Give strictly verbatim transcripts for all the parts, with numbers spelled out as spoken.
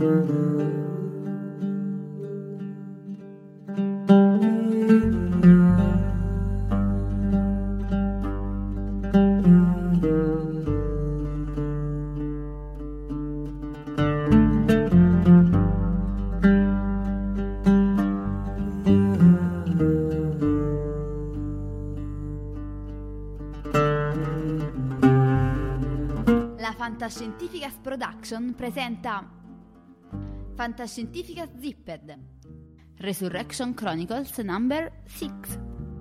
Fantascientificas Production presenta Fantascientificas Zipped Resurrection Chronicles number six.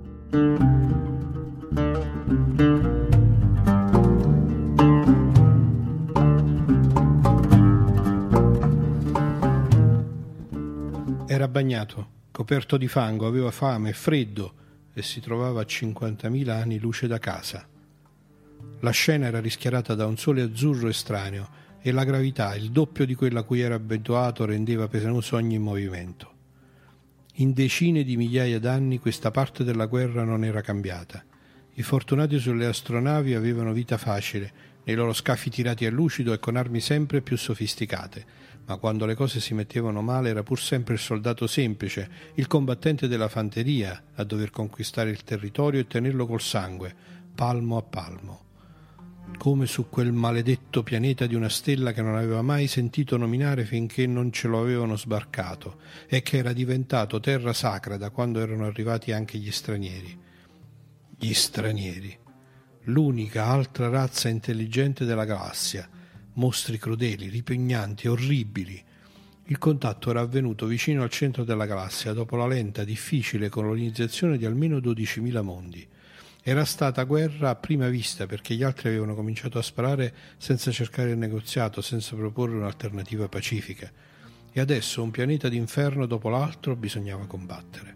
Era bagnato, coperto di fango, aveva fame e freddo e si trovava a cinquantamila anni luce da casa. La scena era rischiarata da un sole azzurro estraneo e la gravità, il doppio di quella a cui era abituato, rendeva penoso ogni movimento. In decine di migliaia d'anni questa parte della guerra non era cambiata. I fortunati sulle astronavi avevano vita facile, nei loro scafi tirati a lucido e con armi sempre più sofisticate, ma quando le cose si mettevano male era pur sempre il soldato semplice, il combattente della fanteria, a dover conquistare il territorio e tenerlo col sangue, palmo a palmo. Come su quel maledetto pianeta di una stella che non aveva mai sentito nominare finché non ce lo avevano sbarcato e che era diventato terra sacra da quando erano arrivati anche gli stranieri. Gli stranieri, l'unica altra razza intelligente della galassia, mostri crudeli, ripugnanti, orribili. Il contatto era avvenuto vicino al centro della galassia dopo la lenta, difficile colonizzazione di almeno dodicimila mondi. Era stata guerra a prima vista perché gli altri avevano cominciato a sparare senza cercare il negoziato, senza proporre un'alternativa pacifica. E adesso un pianeta d'inferno dopo l'altro bisognava combattere.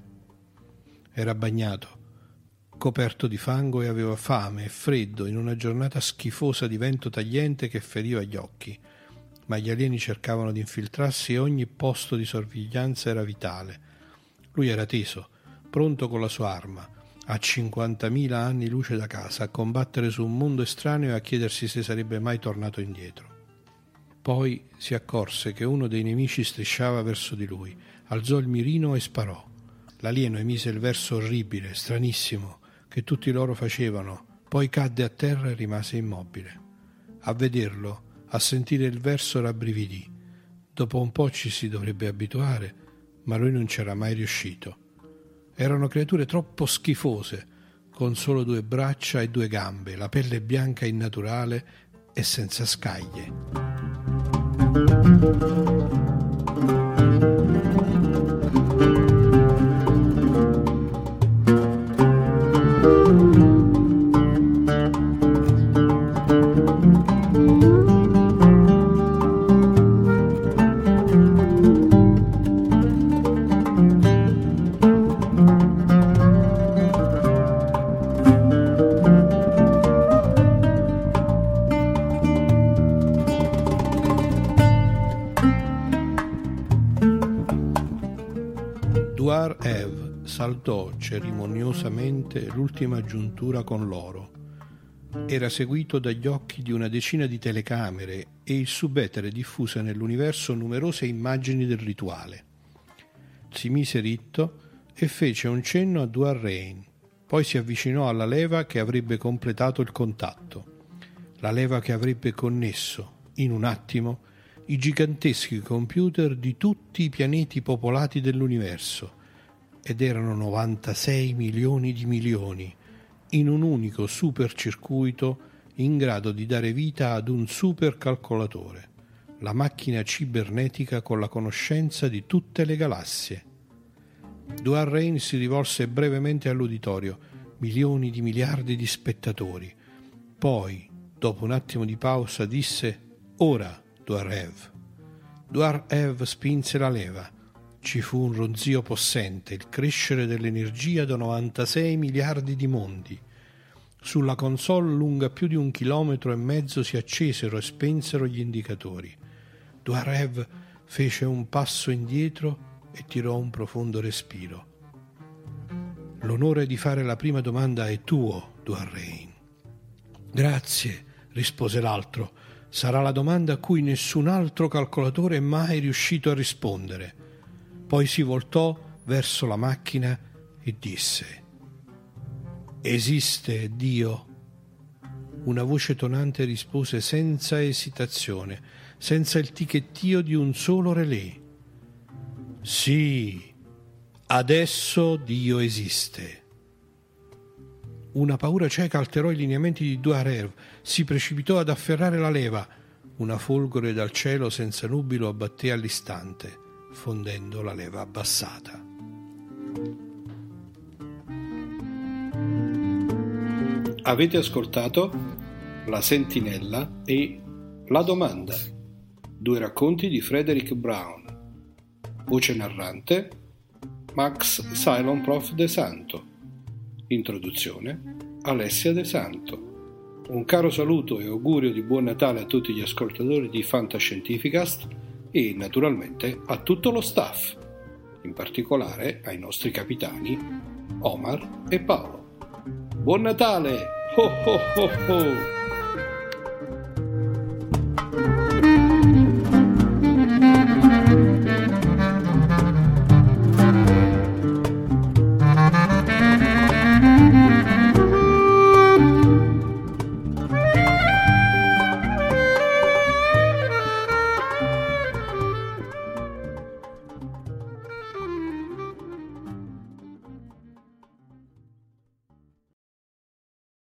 Era bagnato, coperto di fango e aveva fame e freddo in una giornata schifosa di vento tagliente che feriva gli occhi. Ma gli alieni cercavano di infiltrarsi e ogni posto di sorveglianza era vitale. Lui era teso, pronto con la sua arma, a cinquantamila anni luce da casa, a combattere su un mondo estraneo e a chiedersi se sarebbe mai tornato indietro. Poi si accorse che uno dei nemici strisciava verso di lui, alzò il mirino e sparò. L'alieno emise il verso orribile, stranissimo, che tutti loro facevano, poi cadde a terra e rimase immobile. A vederlo, a sentire il verso rabbrividì. Dopo un po' ci si dovrebbe abituare, ma lui non c'era mai riuscito. Erano creature troppo schifose, con solo due braccia e due gambe, la pelle bianca innaturale e senza scaglie. Dwar-Ev saldò cerimoniosamente l'ultima giuntura con l'oro. Era seguito dagli occhi di una decina di telecamere e il subetere diffuse nell'universo numerose immagini del rituale. Si mise ritto e fece un cenno a Dwar-Rain, poi si avvicinò alla leva che avrebbe completato il contatto, la leva che avrebbe connesso, in un attimo, i giganteschi computer di tutti i pianeti popolati dell'universo, ed erano novantasei milioni di milioni, in un unico supercircuito in grado di dare vita ad un supercalcolatore, la macchina cibernetica con la conoscenza di tutte le galassie. Dwar-Rain si rivolse brevemente all'uditorio, milioni di miliardi di spettatori. Poi, dopo un attimo di pausa, disse: «Ora, Dwar-Ev». Dwar-Ev spinse la leva. Ci fu un ronzio possente, il crescere dell'energia da novantasei miliardi di mondi. Sulla console lunga più di un chilometro e mezzo si accesero e spensero gli indicatori. Dwar-Ev fece un passo indietro e tirò un profondo respiro. «L'onore di fare la prima domanda è tuo, Dwar-Rain». «Grazie», rispose l'altro, Sarà la domanda a cui nessun altro calcolatore è mai riuscito a rispondere. Poi si voltò verso la macchina e disse: esiste Dio? Una voce tonante rispose senza esitazione, senza il ticchettio di un solo relè: sì, adesso Dio esiste. Una paura cieca alterò i lineamenti di Douarev. Si precipitò ad afferrare la leva. Una folgore dal cielo senza nubi lo abbatté all'istante, fondendo la leva abbassata. Avete ascoltato La Sentinella e La Domanda, due racconti di Frederick Brown. Voce narrante Max Cylon Prof De Santo. Introduzione Alessia De Santo. Un caro saluto e augurio di buon Natale a tutti gli ascoltatori di Fantascientificast e naturalmente a tutto lo staff, in particolare ai nostri capitani Omar e Paolo. Buon Natale! Ho ho ho ho!